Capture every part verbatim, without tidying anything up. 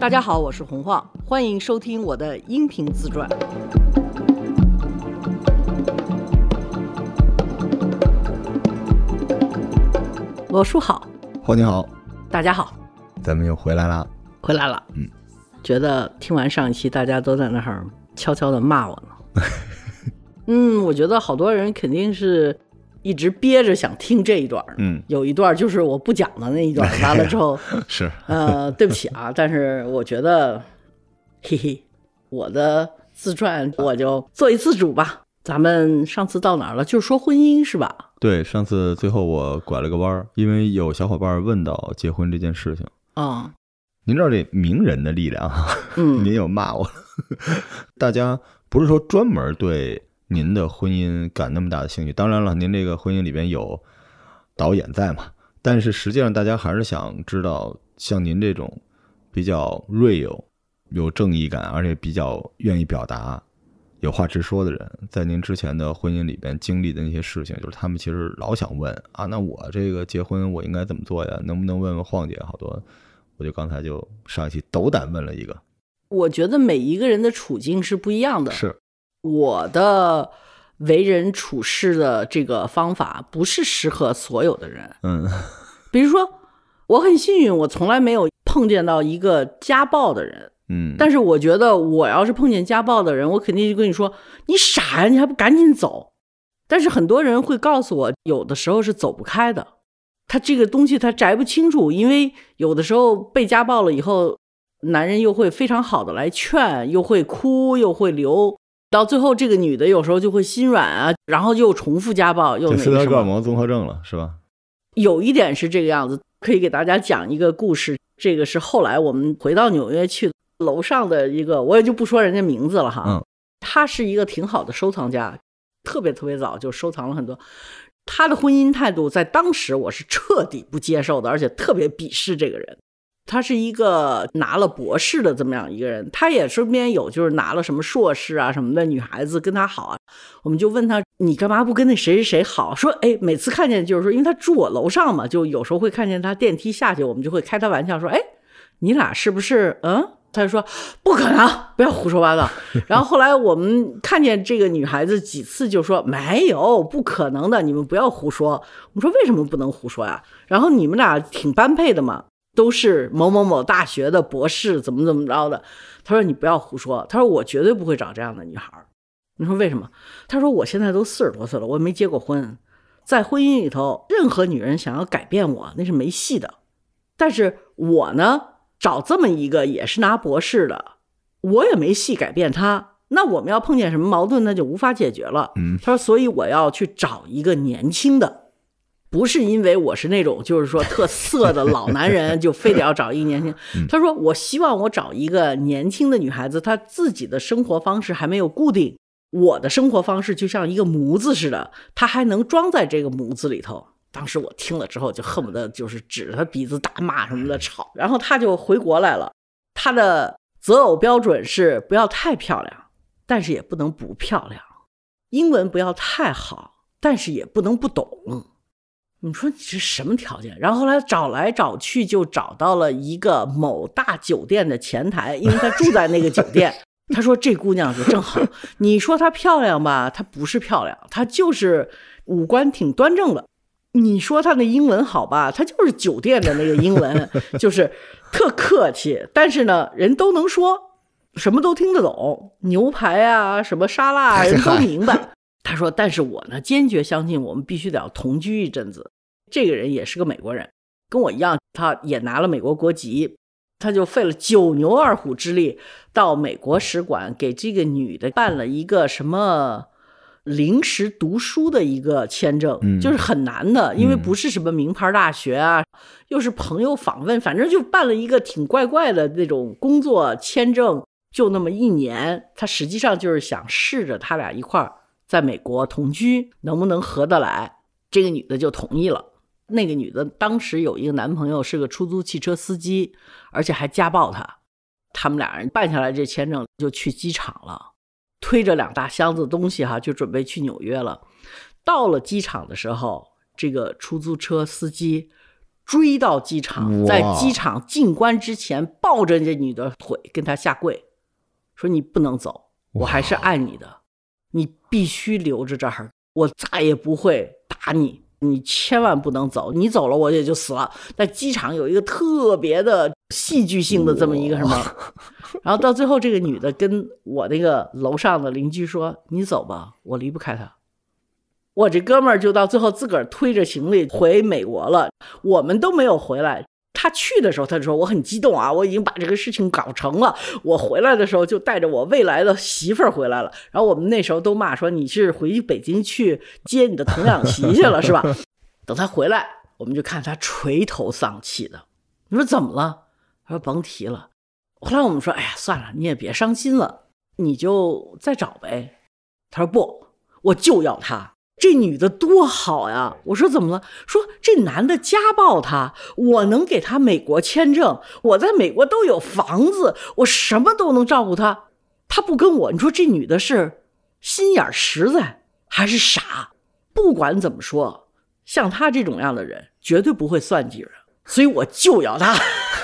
大家好，我是洪晃，欢迎收听我的音频自传。罗叔好， 霍你好， 大家好， 咱们又回来了， 回来了。嗯，觉得听完上一期，大家都在那儿悄悄的骂我呢。嗯，我觉得好多人肯定是一直憋着想听这一段。嗯，有一段就是我不讲的那一段，完了之后是呃，对不起啊，但是我觉得，嘿嘿，我的自传我就做一次主吧。咱们上次到哪儿了？就是说婚姻是吧？ 对，上次最后我拐了个弯，因为有小伙伴问到结婚这件事情。 啊、嗯， 您知道这名人的力量，嗯，您有骂我，大家不是说专门对您的婚姻感那么大的兴趣，当然了，您这个婚姻里边有导演在嘛，但是实际上大家还是想知道像您这种比较 real 有正义感，而且比较愿意表达有话直说的人，在您之前的婚姻里边经历的那些事情，就是他们其实老想问啊，那我这个结婚我应该怎么做呀？能不能问问晃姐？好多，我就刚才就上一期斗胆问了一个。 我觉得每一个人的处境是不一样的， 是我的为人处事的这个方法不是适合所有的人。 嗯， 比如说我很幸运，我从来没有碰见到一个家暴的人。嗯，但是我觉得我要是碰见家暴的人，我肯定就跟你说你傻呀，你还不赶紧走。但是很多人会告诉我，有的时候是走不开的，他这个东西他摘不清楚，因为有的时候被家暴了以后，男人又会非常好的来劝，又会哭又会流，到最后这个女的有时候就会心软啊，然后又重复家暴，又那个什么斯德哥尔摩综合症了，是吧？ 有一点是这个样子。可以给大家讲一个故事，这个是后来我们回到纽约去，楼上的一个，我也就不说人家名字了哈，嗯，他是一个挺好的收藏家，特别特别早就收藏了很多。他的婚姻态度在当时我是彻底不接受的，而且特别鄙视这个人。他是一个拿了博士的这么样一个人，他也身边有就是拿了什么硕士啊什么的女孩子跟他好啊，我们就问他你干嘛不跟那谁谁谁好，说哎，每次看见就是说因为他住我楼上嘛，就有时候会看见他电梯下去，我们就会开他玩笑说哎，你俩是不是嗯，他就说不可能，不要胡说八道。然后后来我们看见这个女孩子几次就说没有，不可能的，你们不要胡说。我们说为什么不能胡说呀？然后你们俩挺般配的嘛，都是某某某大学的博士，怎么怎么着的。他说你不要胡说，他说我绝对不会找这样的女孩。你说为什么？他说我现在都四十多岁了，我没结过婚，在婚姻里头任何女人想要改变我那是没戏的。但是我呢找这么一个也是拿博士的，我也没戏改变他，那我们要碰见什么矛盾那就无法解决了。嗯，他说所以我要去找一个年轻的，不是因为我是那种就是说特色的老男人就非得要找一个年轻。他说我希望我找一个年轻的女孩子，她自己的生活方式还没有固定，我的生活方式就像一个模子似的，她还能装在这个模子里头。当时我听了之后就恨不得就是指着他鼻子大骂什么的吵。然后他就回国来了，他的择偶标准是不要太漂亮，但是也不能不漂亮，英文不要太好，但是也不能不懂。你说你这什么条件？然后后来找来找去就找到了一个某大酒店的前台，因为他住在那个酒店。他说这姑娘就正好，你说她漂亮吧，她不是漂亮，她就是五官挺端正的。你说他的英文好吧，他就是酒店的那个英文就是特客气，但是呢人都能说，什么都听得懂，牛排啊什么沙拉啊人都明白。他说但是我呢坚决相信我们必须得要同居一阵子。这个人也是个美国人，跟我一样，他也拿了美国国籍，他就费了九牛二虎之力到美国使馆给这个女的办了一个什么临时读书的一个签证，嗯，就是很难的，因为不是什么名牌大学啊，嗯，又是朋友访问，反正就办了一个挺怪怪的那种工作签证，就那么一年。他实际上就是想试着他俩一块儿在美国同居能不能合得来。这个女的就同意了。那个女的当时有一个男朋友是个出租汽车司机，而且还家暴她。他们俩人办下来这签证就去机场了，推着两大箱子东西哈，就准备去纽约了。到了机场的时候，这个出租车司机追到机场，在机场进关之前抱着这女的腿跟她下跪，说你不能走，我还是爱你的，你必须留着这儿，我再也不会打你，你千万不能走，你走了我也就死了。在机场有一个特别的戏剧性的这么一个什么，然后到最后这个女的跟我那个楼上的邻居说，你走吧，我离不开她。我这哥们儿就到最后自个儿推着行李回美国了，我们都没有回来。他去的时候他就说我很激动啊，我已经把这个事情搞成了，我回来的时候就带着我未来的媳妇儿回来了。然后我们那时候都骂说你是回北京去接你的童养媳去了是吧？等他回来我们就看他垂头丧气的，你说怎么了？他说甭提了。后来我们说哎呀算了，你也别伤心了，你就再找呗。他说不，我就要他，这女的多好呀。我说怎么了？说这男的家暴她，我能给她美国签证，我在美国都有房子，我什么都能照顾她，她不跟我，你说这女的是心眼实在还是傻？不管怎么说，像她这种样的人绝对不会算计人，所以我就要她。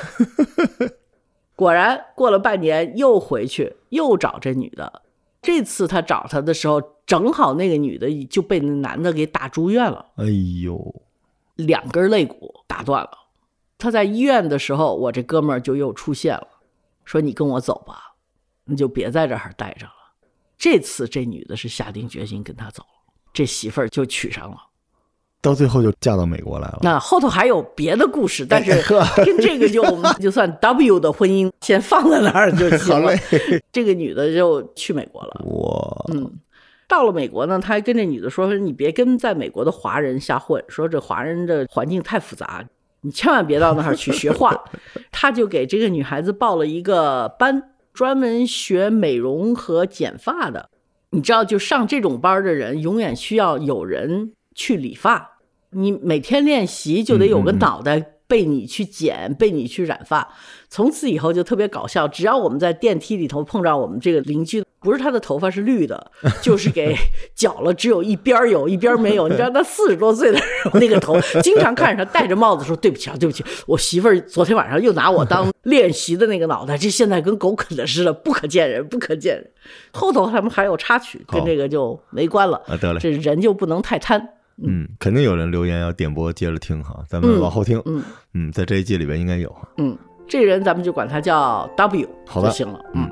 果然过了半年又回去又找这女的，这次他找她的时候正好那个女的就被那男的给打住院了， 哎呦， 两根肋骨打断了。他在医院的时候，我这哥们儿就又出现了，说你跟我走吧，你就别在这儿待着了。这次这女的是下定决心跟他走了，这媳妇儿就娶上了， 到最后就嫁到美国来了。 那后头还有别的故事，但是跟这个就我们就算 W 的婚姻先放在那儿就行了。这个女的就去美国了。 哇， 嗯，到了美国呢，他还跟这女的说，你别跟在美国的华人瞎混，说这华人的环境太复杂，你千万别到那儿去学画。他就给这个女孩子报了一个班，专门学美容和剪发的。你知道就上这种班的人永远需要有人去理发，你每天练习就得有个脑袋被你去剪、嗯嗯、被你去染发。从此以后就特别搞笑，只要我们在电梯里头碰到我们这个邻居，不是他的头发是绿的，就是给绞了，只有一边有一边没有。你知道他四十多岁的时候那个头，经常看着他戴着帽子说对不起啊对不起，我媳妇儿昨天晚上又拿我当练习的那个脑袋，这现在跟狗啃的似的，不可见人不可见人。后头他们还有插曲，跟这个就没关了、 啊、得了， 这人就不能太贪。 嗯，肯定有人留言要点播接着听哈，咱们往后听。 嗯 嗯, 嗯，在这一季里边应该有。 嗯，这人咱们就管他叫 W 就行了。 嗯，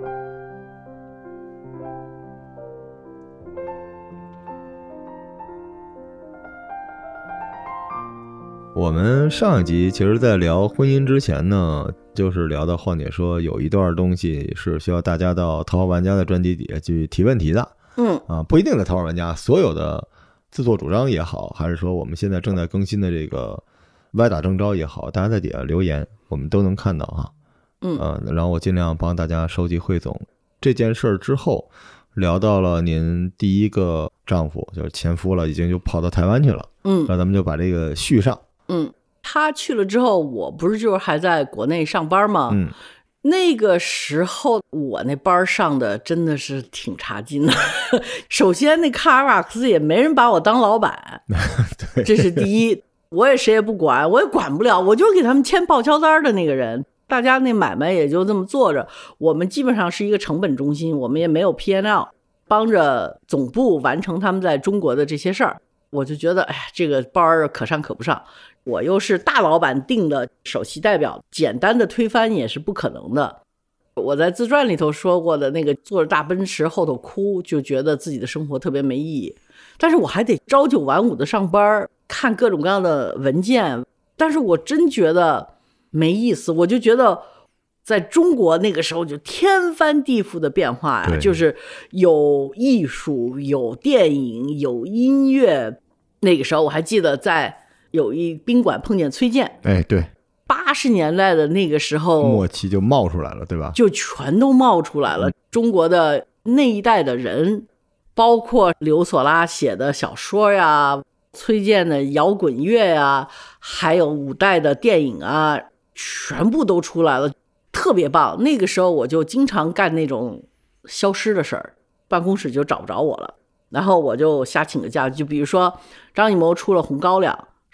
我们上一集其实在聊婚姻之前呢，就是聊到晃姐说有一段东西是需要大家到桃花玩家的专辑底下去提问题的。 嗯啊，不一定在桃花玩家，所有的自作主张也好，还是说我们现在正在更新的这个歪打正着也好，大家在底下留言我们都能看到哈。 嗯、 呃、然后我尽量帮大家收集汇总这件事儿。之后聊到了您第一个丈夫就是前夫了，已经就跑到台湾去了。 嗯， 那咱们就把这个续上。 嗯，他去了之后，我不是就是还在国内上班吗？ 嗯， 那个时候我那班上的真的是挺差劲的。首先那卡尔瓦克斯也没人把我当老板， 对， 这是第一。我也谁也不管，我也管不了，我就是给他们签报销单的那个人。大家那买卖也就这么做着，我们基本上是一个成本中心，我们也没有 P and L， 帮着总部完成他们在中国的这些事儿。我就觉得哎呀，这个班可上可不上，我又是大老板定的首席代表，简单的推翻也是不可能的。我在自传里头说过的那个坐着大奔驰后头哭，就觉得自己的生活特别没意义，但是我还得朝九晚五的上班，看各种各样的文件，但是我真觉得没意思。我就觉得在中国那个时候就天翻地覆的变化呀，就是有艺术有电影有音乐。那个时候我还记得在有一宾馆碰见崔健， 哎，对， 八十年代的那个时候默契就冒出来了，对吧？ 就全都冒出来了。中国的那一代的人，包括刘索拉写的小说呀，崔健的摇滚乐呀，还有五代的电影啊，全部都出来了，特别棒。那个时候我就经常干那种消失的事儿，办公室就找不着我了，然后我就瞎请个假。就比如说张艺谋出了《红高粱》，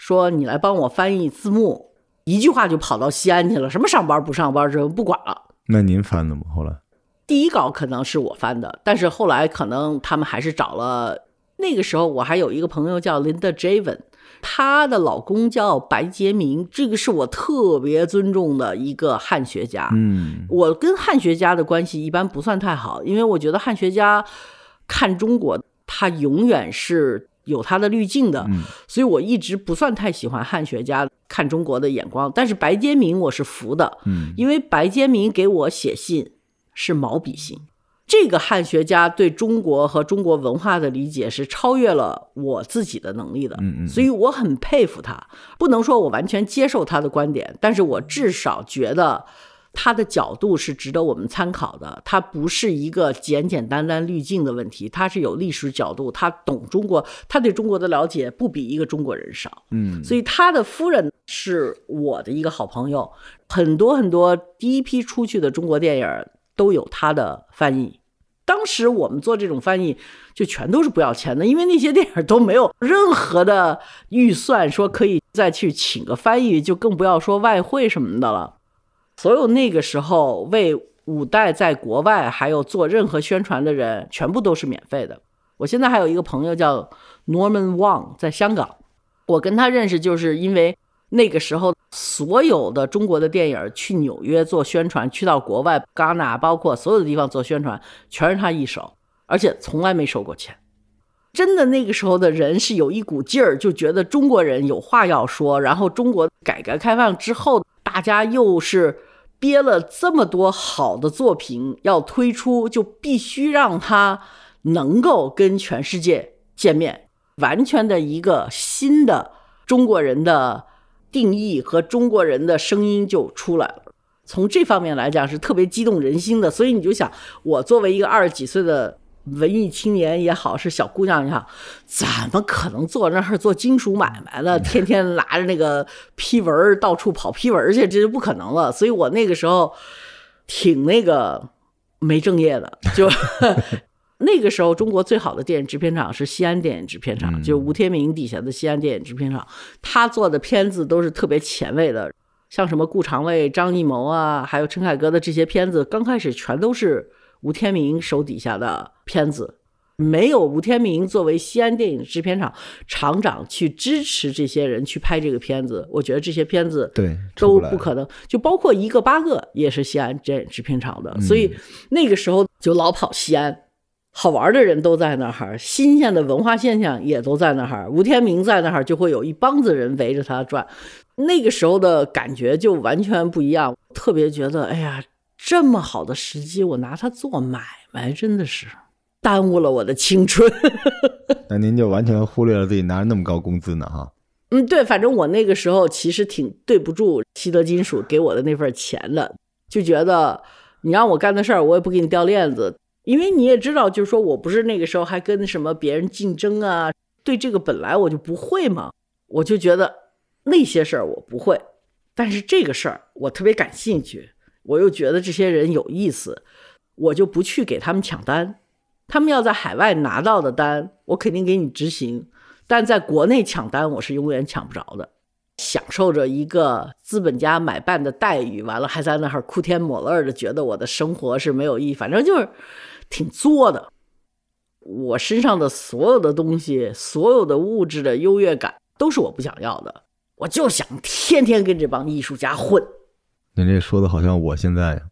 说你来帮我翻译字幕，一句话就跑到西安去了，什么上班不上班这不管了。 那您翻的吗？后来第一稿可能是我翻的，但是后来可能他们还是找了，那个时候我还有一个朋友叫 Linda Javen， 她的老公叫白洁明，这个是我特别尊重的一个汉学家。 嗯， 我跟汉学家的关系一般不算太好，因为我觉得汉学家看中国他永远是有他的滤镜的， 嗯， 所以我一直不算太喜欢汉学家看中国的眼光。但是白洁明我是服的， 嗯， 因为白洁明给我写信是毛笔信，这个汉学家对中国和中国文化的理解是超越了我自己的能力的， 嗯嗯， 所以我很佩服他。不能说我完全接受他的观点，但是我至少觉得他的角度是值得我们参考的，他不是一个简简单单滤镜的问题，他是有历史角度，他懂中国，他对中国的了解不比一个中国人少。 嗯， 所以他的夫人是我的一个好朋友，很多很多第一批出去的中国电影都有他的翻译。当时我们做这种翻译就全都是不要钱的，因为那些电影都没有任何的预算说可以再去请个翻译，就更不要说外汇什么的了。所有那个时候为五代在国外还有做任何宣传的人全部都是免费的。我现在还有一个朋友叫 Norman Wong， 在香港，我跟他认识就是因为那个时候所有的中国的电影去纽约做宣传，去到国外戛纳包括所有的地方做宣传全是他一手，而且从来没收过钱。真的那个时候的人是有一股劲儿，就觉得中国人有话要说，然后中国改革开放之后大家又是憋了这么多好的作品要推出，就必须让他能够跟全世界见面，完全的一个新的中国人的定义和中国人的声音就出来了。从这方面来讲是特别激动人心的。所以你就想，我作为一个二十几岁的文艺青年也好，是小姑娘也好，怎么可能坐那儿做金属买卖呢？天天拿着那个批文到处跑批文去，这就不可能了。所以我那个时候挺那个没正业的，就那个时候中国最好的电影制片厂是西安电影制片厂，就吴天明底下的西安电影制片厂，他做的片子都是特别前卫的，像什么顾长卫、张艺谋啊，还有陈凯歌的这些片子，刚开始全都是吴天明手底下的片子，没有吴天明作为西安电影制片厂厂长去支持这些人去拍这个片子，我觉得这些片子对都不可能。就包括一个八个也是西安电影制片厂的， 嗯、 所以那个时候就老跑西安，好玩的人都在那儿，新鲜的文化现象也都在那儿，吴天明在那儿就会有一帮子人围着他转，那个时候的感觉就完全不一样。特别觉得哎呀，这么好的时机我拿它做买卖，真的是耽误了我的青春。 那您就完全忽略了自己拿着那么高工资呢哈。 嗯，对，反正我那个时候其实挺对不住西德金属给我的那份钱的，就觉得你让我干的事儿我也不给你掉链子，因为你也知道就是说我不是那个时候还跟什么别人竞争啊，对这个本来我就不会嘛，我就觉得那些事儿我不会，但是这个事儿我特别感兴趣，我又觉得这些人有意思，我就不去给他们抢单。他们要在海外拿到的单我肯定给你执行，但在国内抢单我是永远抢不着的，享受着一个资本家买办的待遇，完了还在那儿哭天抹泪的觉得我的生活是没有意义，反正就是挺作的。我身上的所有的东西，所有的物质的优越感都是我不想要的，我就想天天跟这帮艺术家混。 您这说的好像我现在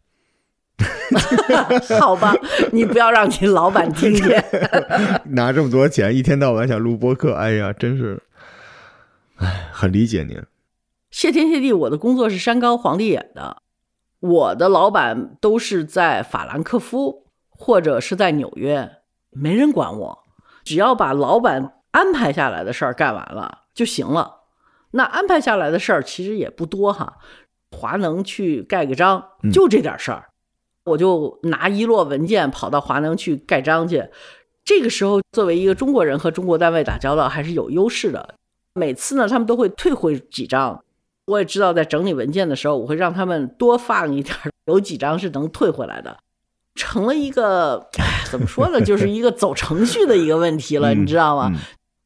好吧，你不要让你老板听见。 拿这么多钱一天到晚想录播客，哎呀真是哎，很理解您。 谢天谢地我的工作是山高皇帝远的，我的老板都是在法兰克福或者是在纽约，没人管我，只要把老板安排下来的事儿干完了就行了。那安排下来的事儿其实也不多哈，华能去盖个章就这点事儿、嗯，我就拿一摞文件跑到华能去盖章去。这个时候作为一个中国人和中国单位打交道还是有优势的，每次呢他们都会退回几张，我也知道在整理文件的时候我会让他们多放一点，有几张是能退回来的，成了一个怎么说呢，就是一个走程序的一个问题了、嗯、你知道吗、嗯、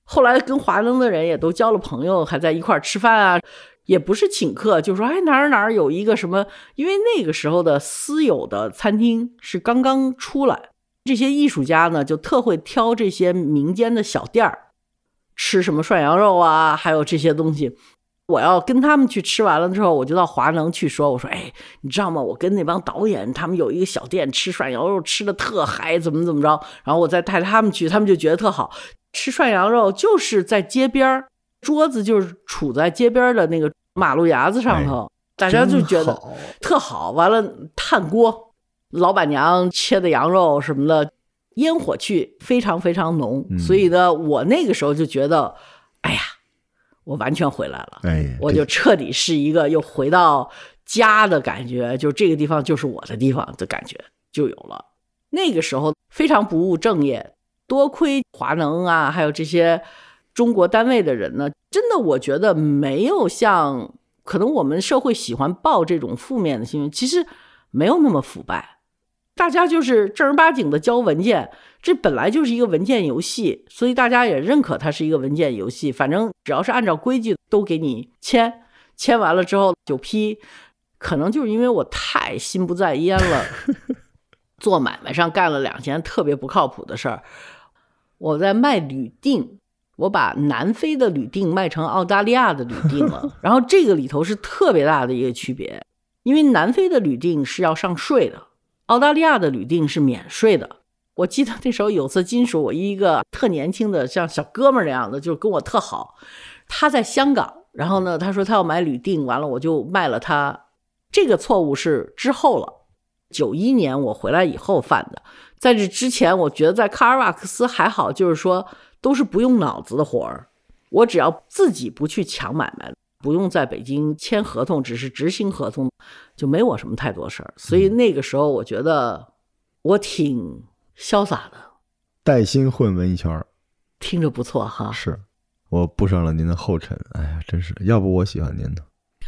后来跟华能的人也都交了朋友，还在一块儿吃饭啊，也不是请客，就说哎哪儿哪儿有一个什么，因为那个时候的私有的餐厅是刚刚出来，这些艺术家呢就特会挑这些民间的小店儿，吃什么涮羊肉啊，还有这些东西。我要跟他们去吃完了之后，我就到华能去说，我说哎，你知道吗，我跟那帮导演他们有一个小店吃涮羊肉吃的特嗨，怎么怎么着，然后我再带他们去，他们就觉得特好。吃涮羊肉就是在街边，桌子就是处在街边的那个马路牙子上头，哎，大家就觉得特好。完了炭锅，老板娘切的羊肉什么的，烟火气非常非常浓，嗯，所以呢我那个时候就觉得哎呀我完全回来了，哎，我就彻底是一个又回到家的感觉，就这个地方就是我的地方的感觉就有了。那个时候非常不务正业，多亏华能啊还有这些中国单位的人呢，真的我觉得没有像可能我们社会喜欢报这种负面的新闻，其实没有那么腐败，大家就是正儿八经的交文件，这本来就是一个文件游戏，所以大家也认可它是一个文件游戏，反正只要是按照规矩都给你签，签完了之后就批。可能就是因为我太心不在焉了做买卖上干了两件特别不靠谱的事儿。我在卖铝锭，我把南非的铝锭卖成澳大利亚的铝锭了然后这个里头是特别大的一个区别，因为南非的铝锭是要上税的，澳大利亚的铝锭是免税的。我记得那时候有次金属，我一个特年轻的像小哥们儿那样的，就跟我特好，他在香港，然后呢他说他要买铝锭，完了我就卖了他。这个错误是之后了，九一年我回来以后犯的。在这之前我觉得在卡尔瓦克斯还好，就是说都是不用脑子的活儿，我只要自己不去抢买卖，不用在北京签合同，只是执行合同，就没我什么太多事儿。所以那个时候我觉得我挺潇洒的， 带薪混文艺圈， 听着不错哈。 是，我步上了您的后尘，哎呀，真是，要不我喜欢您呢。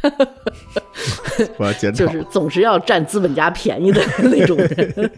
我要检讨， 就是总是要占资本家便宜的那种人。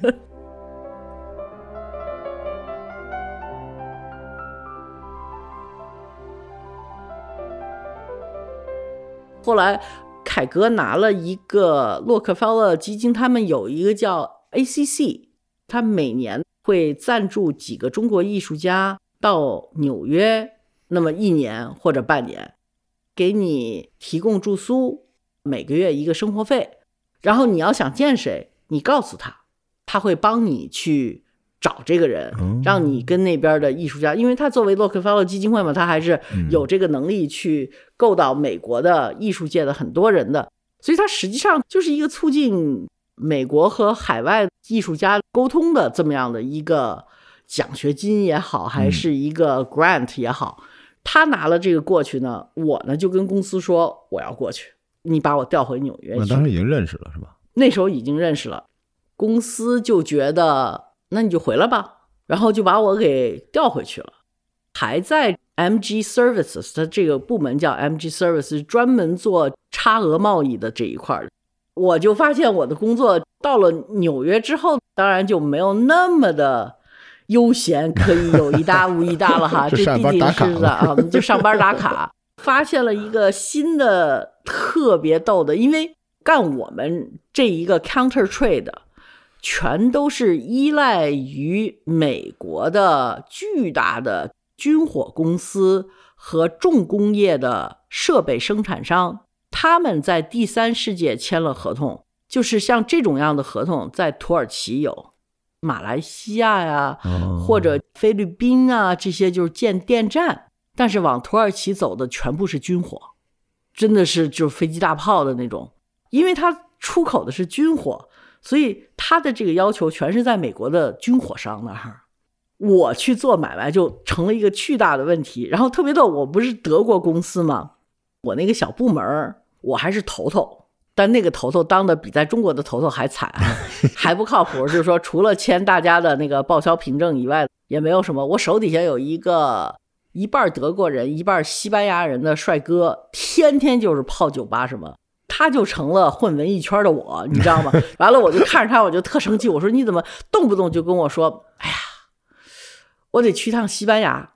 后来凯格拿了一个洛克菲勒基金，他们有一个叫 A C C， 他每年会赞助几个中国艺术家到纽约那么一年或者半年，给你提供住宿，每个月一个生活费，然后你要想见谁你告诉他，他会帮你去找这个人，让你跟那边的艺术家，因为他作为洛克菲勒基金会嘛，他还是有这个能力去够到美国的艺术界的很多人的，所以他实际上就是一个促进美国和海外艺术家沟通的这么样的一个奖学金也好，还是一个 grant 也好。他拿了这个过去呢，我呢就跟公司说我要过去，你把我调回纽约去。 那当时已经认识了是吧？ 那时候已经认识了，公司就觉得那你就回来吧，然后就把我给调回去了。还在 M G Services， 它这个部门叫 M G Services， 专门做差额贸易的这一块。我就发现我的工作到了纽约之后，当然就没有那么的悠闲，可以有一搭无一搭了哈，这毕竟是的啊，就上班打卡。发现了一个新的特别逗的，因为干我们这一个 counter trade 全都是依赖于美国的巨大的军火公司和重工业的设备生产商，他们在第三世界签了合同，就是像这种样的合同在土耳其有，马来西亚呀、啊、或者菲律宾啊，这些就是建电站，但是往土耳其走的全部是军火，真的是就是飞机大炮的那种，因为它出口的是军火，所以它的这个要求全是在美国的军火商那儿。我去做买卖就成了一个巨大的问题。然后特别逗，我不是德国公司吗？我那个小部门我还是头头，但那个头头当的比在中国的头头还惨，还不靠谱。就是说除了签大家的那个报销凭证以外也没有什么。我手底下有一个一半德国人一半西班牙人的帅哥，天天就是泡酒吧什么，他就成了混文艺圈的我，你知道吗？完了我就看着他我就特生气，我说你怎么动不动就跟我说哎呀我得去趟西班牙，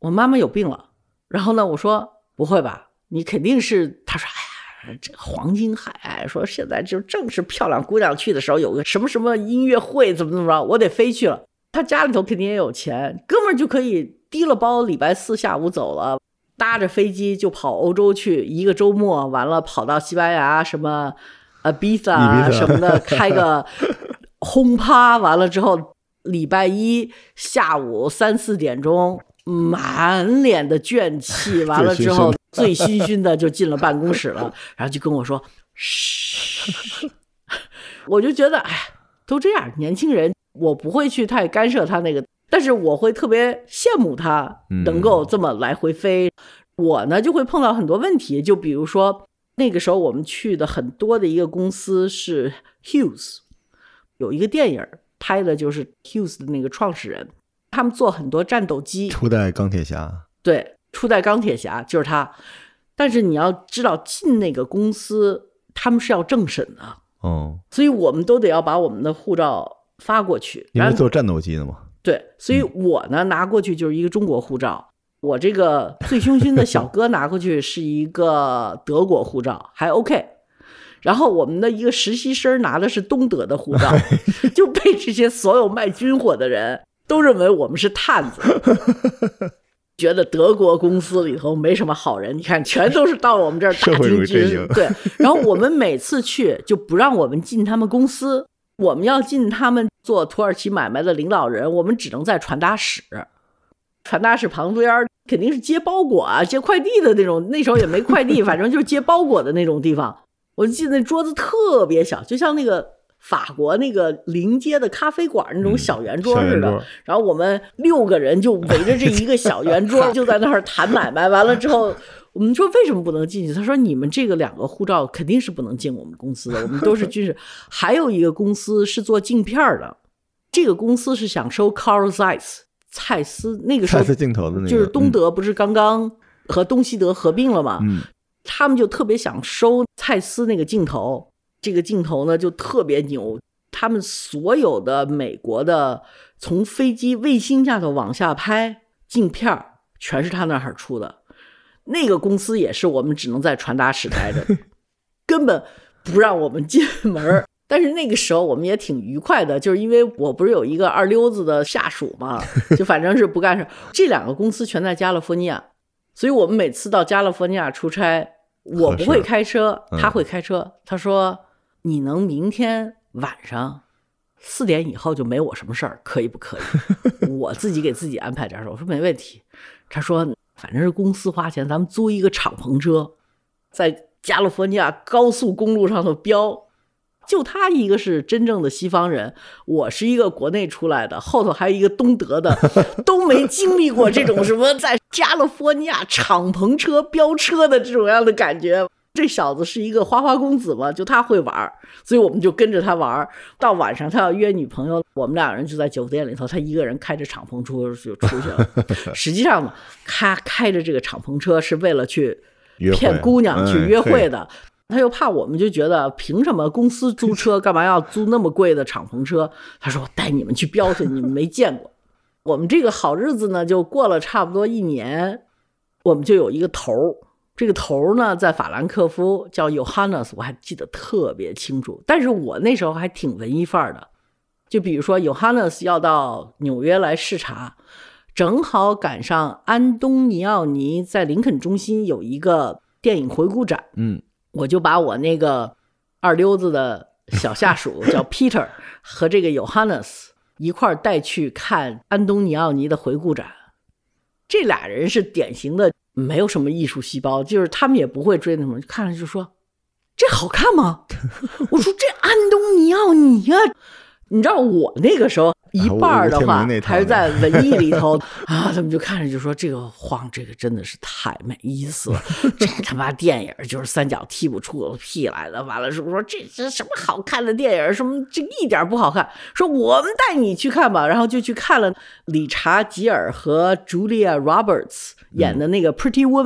我妈妈有病了。然后呢，我说不会吧，你肯定是，他说哎呀，这黄金海，说现在就正是漂亮姑娘去的时候，有个什么什么音乐会，怎么怎么着，我得飞去了。他家里头肯定也有钱，哥们儿就可以提了包，礼拜四下午走了，搭着飞机就跑欧洲去，一个周末完了跑到西班牙什么Ibiza啊什么的，开个轰趴，完了之后礼拜一下午三四点钟满脸的倦气，完了之后醉醺醺的就进了办公室了，然后就跟我说嘘，我就觉得哎，都这样，年轻人我不会去太干涉他那个，但是我会特别羡慕他能够这么来回飞。嗯、我呢就会碰到很多问题，就比如说那个时候我们去的很多的一个公司是 Hughes， 有一个电影拍的就是 Hughes 的那个创始人，他们做很多战斗机， 初代钢铁侠， 对，初代钢铁侠就是他。但是你要知道进那个公司他们是要政审的，哦，所以我们都得要把我们的护照发过去。 因为做战斗机的嘛。 对，所以我呢、嗯、拿过去就是一个中国护照，我这个醉醺醺的小哥拿过去是一个德国护照，还 OK。然后我们的一个实习生拿的是东德的护照，就被这些所有卖军火的人都认为我们是探子，觉得德国公司里头没什么好人，你看全都是到我们这儿打军军。对，然后我们每次去就不让我们进他们公司，我们要进他们做土耳其买卖的领导人，我们只能在传达室。传达室旁边肯定是接包裹啊、接快递的那种，那时候也没快递，反正就是接包裹的那种地方。我记得那桌子特别小，就像那个法国那个临街的咖啡馆那种小圆桌似的、嗯、然后我们六个人就围着这一个小圆桌就在那儿谈买卖。完了之后我们说为什么不能进去，他说你们这个两个护照肯定是不能进我们公司的，我们都是军事。还有一个公司是做镜片的，这个公司是想收 Carl Zeiss 蔡司，那个时候蔡司镜头的那个， 就是东德不是刚刚和东西德合并了吗、嗯、他们就特别想收蔡司那个镜头，这个镜头呢就特别牛，他们所有的美国的从飞机卫星下头往下拍镜片全是他那儿出的。那个公司也是我们只能在传达室待着，根本不让我们进门。但是那个时候我们也挺愉快的，就是因为我不是有一个二溜子的下属嘛，就反正是不干事。这两个公司全在加利福尼亚，所以我们每次到加利福尼亚出差，我不会开车，他会开车。他说你能明天晚上四点以后就没我什么事儿，可以不可以？我自己给自己安排点事。我说没问题。他说反正是公司花钱，咱们租一个敞篷车，在加利福尼亚高速公路上头飙。就他一个是真正的西方人，我是一个国内出来的，后头还有一个东德的，都没经历过这种什么在加利福尼亚敞篷车飙车的这种样的感觉。这小子是一个花花公子嘛，就他会玩，所以我们就跟着他玩。到晚上他要约女朋友，我们两人就在酒店里头，他一个人开着敞篷车就出去了。实际上他开着这个敞篷车是为了去骗姑娘去约会的。嗯，他又怕我们就觉得凭什么公司租车干嘛要租那么贵的敞篷车，他说我带你们去飙去，你们没见过。我们这个好日子呢就过了差不多一年，我们就有一个头，这个头呢在法兰克福叫 Johannes， 我还记得特别清楚。但是我那时候还挺文艺范儿的，就比如说 Johannes 要到纽约来视察，正好赶上安东尼奥尼在林肯中心有一个电影回顾展，嗯，我就把我那个二溜子的小下属叫 Peter 和这个 Johannes 一块儿带去看安东尼奥尼的回顾展。这俩人是典型的没有什么艺术细胞，就是他们也不会追那么，看了就说这好看吗？我说这安东尼奥尼啊，你知道我那个时候一半的话还是在文艺里头啊，他们就看着就说这个晃，这个真的是太没意思了，这他妈电影就是三脚踢不出个屁来的。完了是不是说这这什么好看的电影，什么这一点不好看，说我们带你去看吧。然后就去看了理查吉尔和 Julia Roberts 演的那个 Pretty Woman、嗯、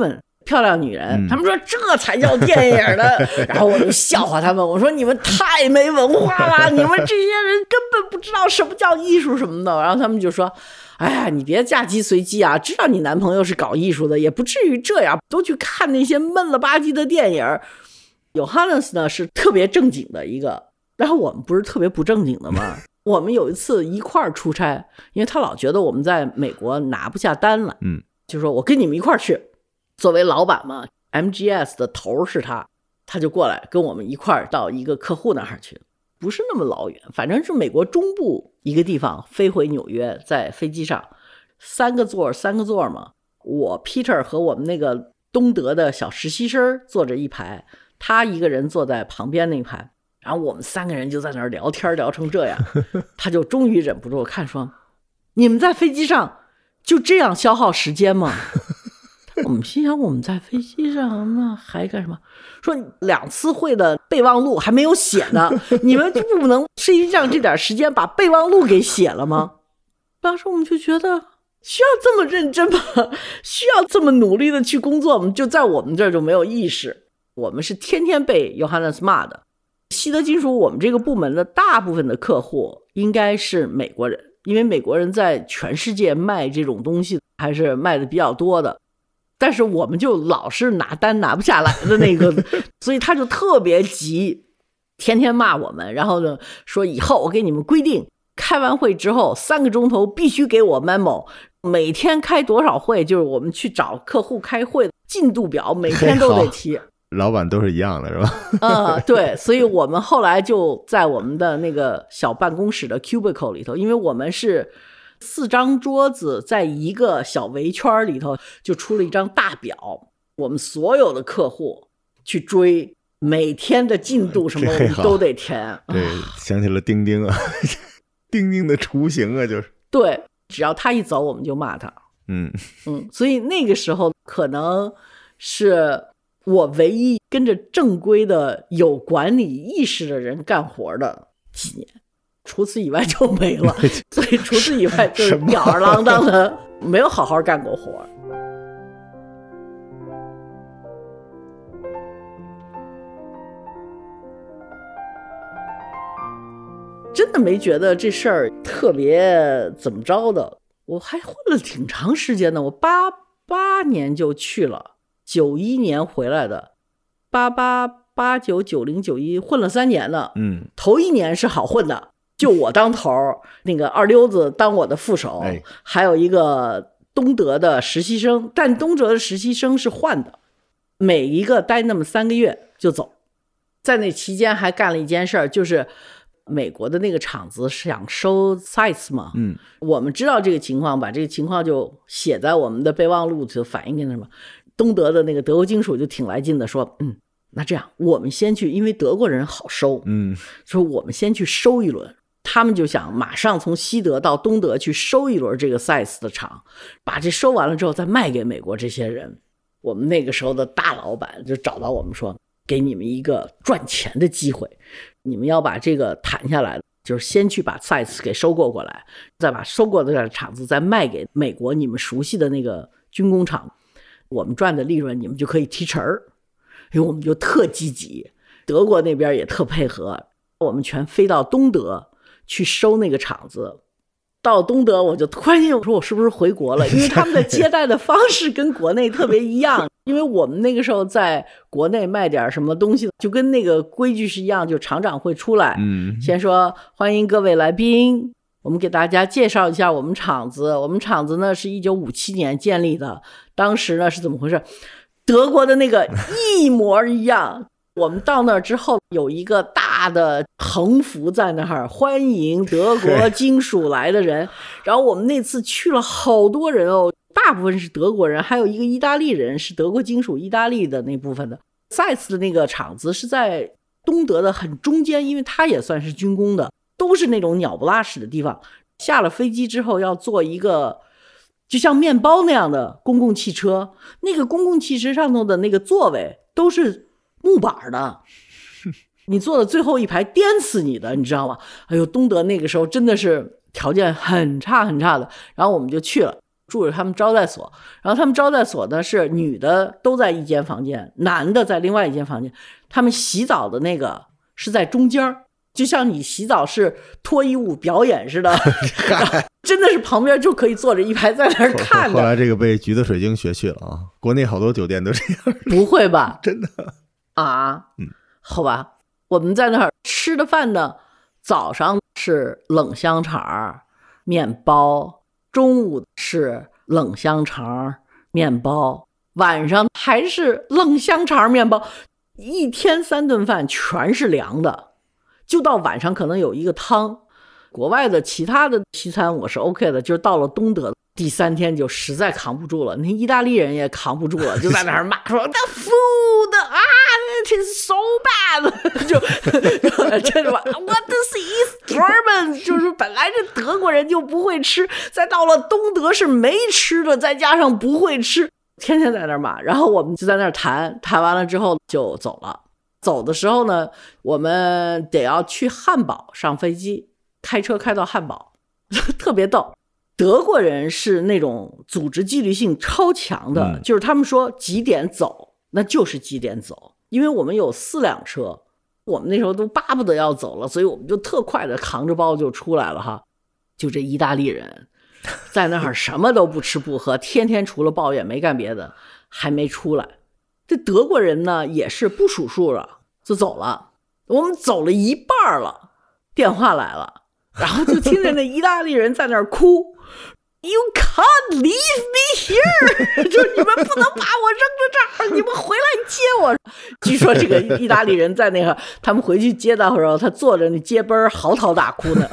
漂亮女人，他们说这才叫电影呢。然后我就笑话他们，我说你们太没文化了，你们这些人根本不知道什么叫艺术什么的。然后他们就说，哎呀，你别嫁鸡随鸡啊，知道你男朋友是搞艺术的，也不至于这样，都去看那些闷了吧唧的电影。Johannes 呢是特别正经的一个，然后我们不是特别不正经的吗？我们有一次一块儿出差，因为他老觉得我们在美国拿不下单了， 嗯， 就说我跟你们一块儿去。作为老板嘛 ，M G S 的头是他，他就过来跟我们一块儿到一个客户那儿去，不是那么老远，反正是美国中部一个地方，飞回纽约，在飞机上三个座三个座嘛，我 Peter 和我们那个东德的小实习生坐着一排，他一个人坐在旁边那一排，然后我们三个人就在那儿聊天聊成这样，他就终于忍不住看说，你们在飞机上就这样消耗时间吗？我们心想我们在飞机上那还干什么，说两次会的备忘录还没有写呢，你们就不能飞机上这点时间把备忘录给写了吗？当时我们就觉得需要这么认真吗？需要这么努力的去工作吗？就在我们这儿就没有意识，我们是天天被 Johannes 骂的。西德金属我们这个部门的大部分的客户应该是美国人，因为美国人在全世界卖这种东西还是卖的比较多的，但是我们就老是拿单拿不下来的那个，所以他就特别急，天天骂我们，然后呢说以后我给你们规定，开完会之后三个钟头必须给我 memo， 每天开多少会，就是我们去找客户开会进度表每天都得提。 老板都是一样的是吧？ 嗯，对，所以我们后来就在我们的那个小办公室的 cubicle 里头，因为我们是四张桌子在一个小围圈里头，就出了一张大表，我们所有的客户去追每天的进度什么我们都得填。 对，想起了钉钉啊，钉钉的雏形啊，就是对，只要他一走我们就骂他。 嗯嗯，所以那个时候可能是我唯一跟着正规的有管理意识的人干活的几年，除此以外就没了。所以除此以外就是吊儿郎当的，没有好好干过活。真的没觉得这事儿特别怎么着的，我还混了挺长时间的，我八八年就去了。九一年回来的，八八八九九零九一混了三年呢。 嗯， 头一年是好混的，就我当头，那个二溜子当我的副手， 哎、 还有一个东德的实习生，但东德的实习生是换的，每一个待那么三个月就走。在那期间还干了一件事儿，就是美国的那个厂子想收 sites 嘛， 嗯， 我们知道这个情况，把这个情况就写在我们的备忘录，就反映给他们。东德的那个德国金属就挺来劲的，说，嗯，那这样我们先去，因为德国人好收， 嗯， 说我们先去收一轮。他们就想马上从西德到东德去收一轮这个 size 的厂，把这收完了之后再卖给美国这些人。我们那个时候的大老板就找到我们说，给你们一个赚钱的机会，你们要把这个谈下来，就是先去把 size 给收购过来，再把收购的厂子再卖给美国你们熟悉的那个军工厂，我们赚的利润你们就可以提成儿。因为我们就特积极，德国那边也特配合，我们全飞到东德去收那个厂子。到东德我就突然间我说我是不是回国了，因为他们的接待的方式跟国内特别一样。因为我们那个时候在国内卖点什么东西，就跟那个规矩是一样，就厂长会出来， 嗯， 先说欢迎各位来宾，我们给大家介绍一下我们厂子。我们厂子呢是一九五七年建立的，当时呢是怎么回事，德国的那个一模一样。我们到那儿之后有一个大的横幅在那儿，欢迎德国金属来的人。然后我们那次去了好多人哦，大部分是德国人，还有一个意大利人，是德国金属意大利的那部分的。赛斯的那个厂子是在东德的很中间，因为它也算是军工的，都是那种鸟不拉屎的地方。下了飞机之后要坐一个就像面包那样的公共汽车，那个公共汽车上头的那个座位都是木板的，你坐的最后一排颠死你的，你知道吗？哎呦，东德那个时候真的是条件很差很差的。然后我们就去了， 住着他们招待所，然后他们招待所呢是女的都在一间房间，男的在另外一间房间，他们洗澡的那个是在中间，就像你洗澡是脱衣舞表演似的真的是旁边就可以坐着一排在那儿看的。 后来这个被橘子水晶学去了啊，国内好多酒店都这样。 不会吧？ 真的啊？ 嗯， 好吧，我们在那儿吃的饭呢，早上是冷香肠面包，中午是冷香肠面包，晚上还是冷香肠面包，一天三顿饭全是凉的，就到晚上可能有一个汤。国外的其他的西餐我是 OK 的，就是到了东德第三天就实在扛不住了，那意大利人也扛不住了，就在那儿骂说 The food 啊 it is so bad 就真的吧 What is German 就是本来这德国人就不会吃，再到了东德是没吃的，再加上不会吃，天天在那儿骂。然后我们就在那儿谈谈完了之后就走了。走的时候呢，我们得要去汉堡上飞机，开车开到汉堡特别逗。德国人是那种组织纪律性超强的、嗯、就是他们说几点走那就是几点走，因为我们有四辆车，我们那时候都巴不得要走了，所以我们就特快的扛着包就出来了哈。就这意大利人在那儿什么都不吃不喝天天除了抱怨没干别的，还没出来。这德国人呢也是不数数了就走了，我们走了一半了，电话来了，然后就听见那意大利人在那儿哭You can't leave me here 就是你们不能把我扔在这儿，你们回来接我。据说这个意大利人在那个他们回去接的时候，他坐着那街边嚎啕大哭呢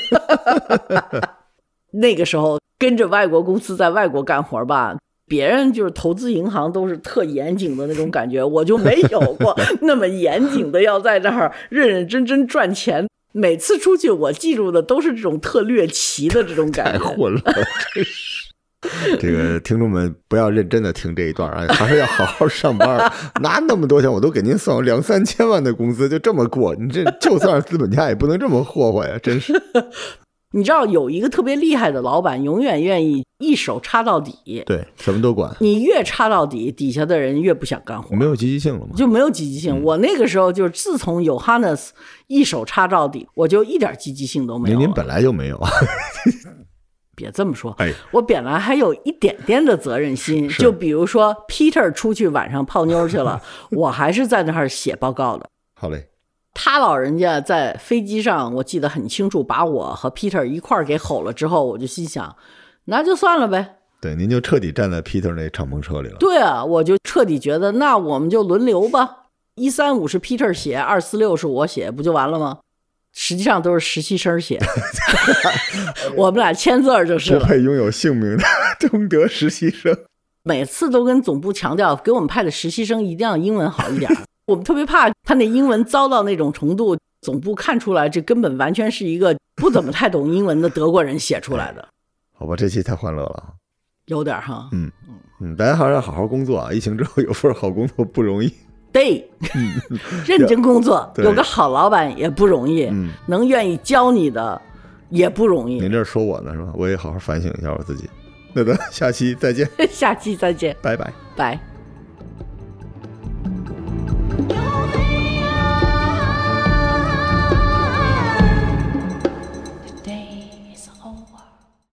那个时候跟着外国公司在外国干活吧，别人就是投资银行都是特严谨的那种感觉，我就没有过那么严谨的要在这儿认认真真赚钱。每次出去我记住的都是这种特略奇的这种感觉。 太混了真是这个听众们不要认真的听这一段啊，还是要好好上班拿那么多钱我都给您算两三千万的工资就这么过，你这就算是资本家也不能这么霍霍呀，真是你知道有一个特别厉害的老板永远愿意一手插到底， 对，什么都管， 你越插到底底下的人越不想干活， 没有积极性了吗？ 就没有积极性、嗯、我那个时候就是自从有 Johannes 一手插到底我就一点积极性都没有了。 您本来就没有别这么说、 哎、 我本来还有一点点的责任心，就比如说 Peter 出去晚上泡妞去了我还是在那儿写报告的。 好嘞， 他老人家在飞机上我记得很清楚，把我和 Peter 一块儿给吼了之后，我就心想那就算了呗。 对，您就彻底站在 Peter 那敞篷车里了。 对啊，我就彻底觉得那我们就轮流吧，一三五是 Peter 写，二四六是我写，不就完了吗？实际上都是实习生写我们俩签字就是了。 不配拥有姓名的东德实习生， 每次都跟总部强调给我们派的实习生一定要英文好一点我们特别怕他那英文糟到那种程度，总部看出来这根本完全是一个不怎么太懂英文的德国人写出来的。 好吧，这期太欢乐了， 有点哈。 嗯嗯，大家还是要好好工作啊！疫情之后有份好工作不容易。 对，认真工作，有个好老板也不容易， 嗯， 能愿意教你的也不容易。 您这说我呢是吧？我也好好反省一下我自己。那咱下期再见。 下期再见， 拜拜， 拜。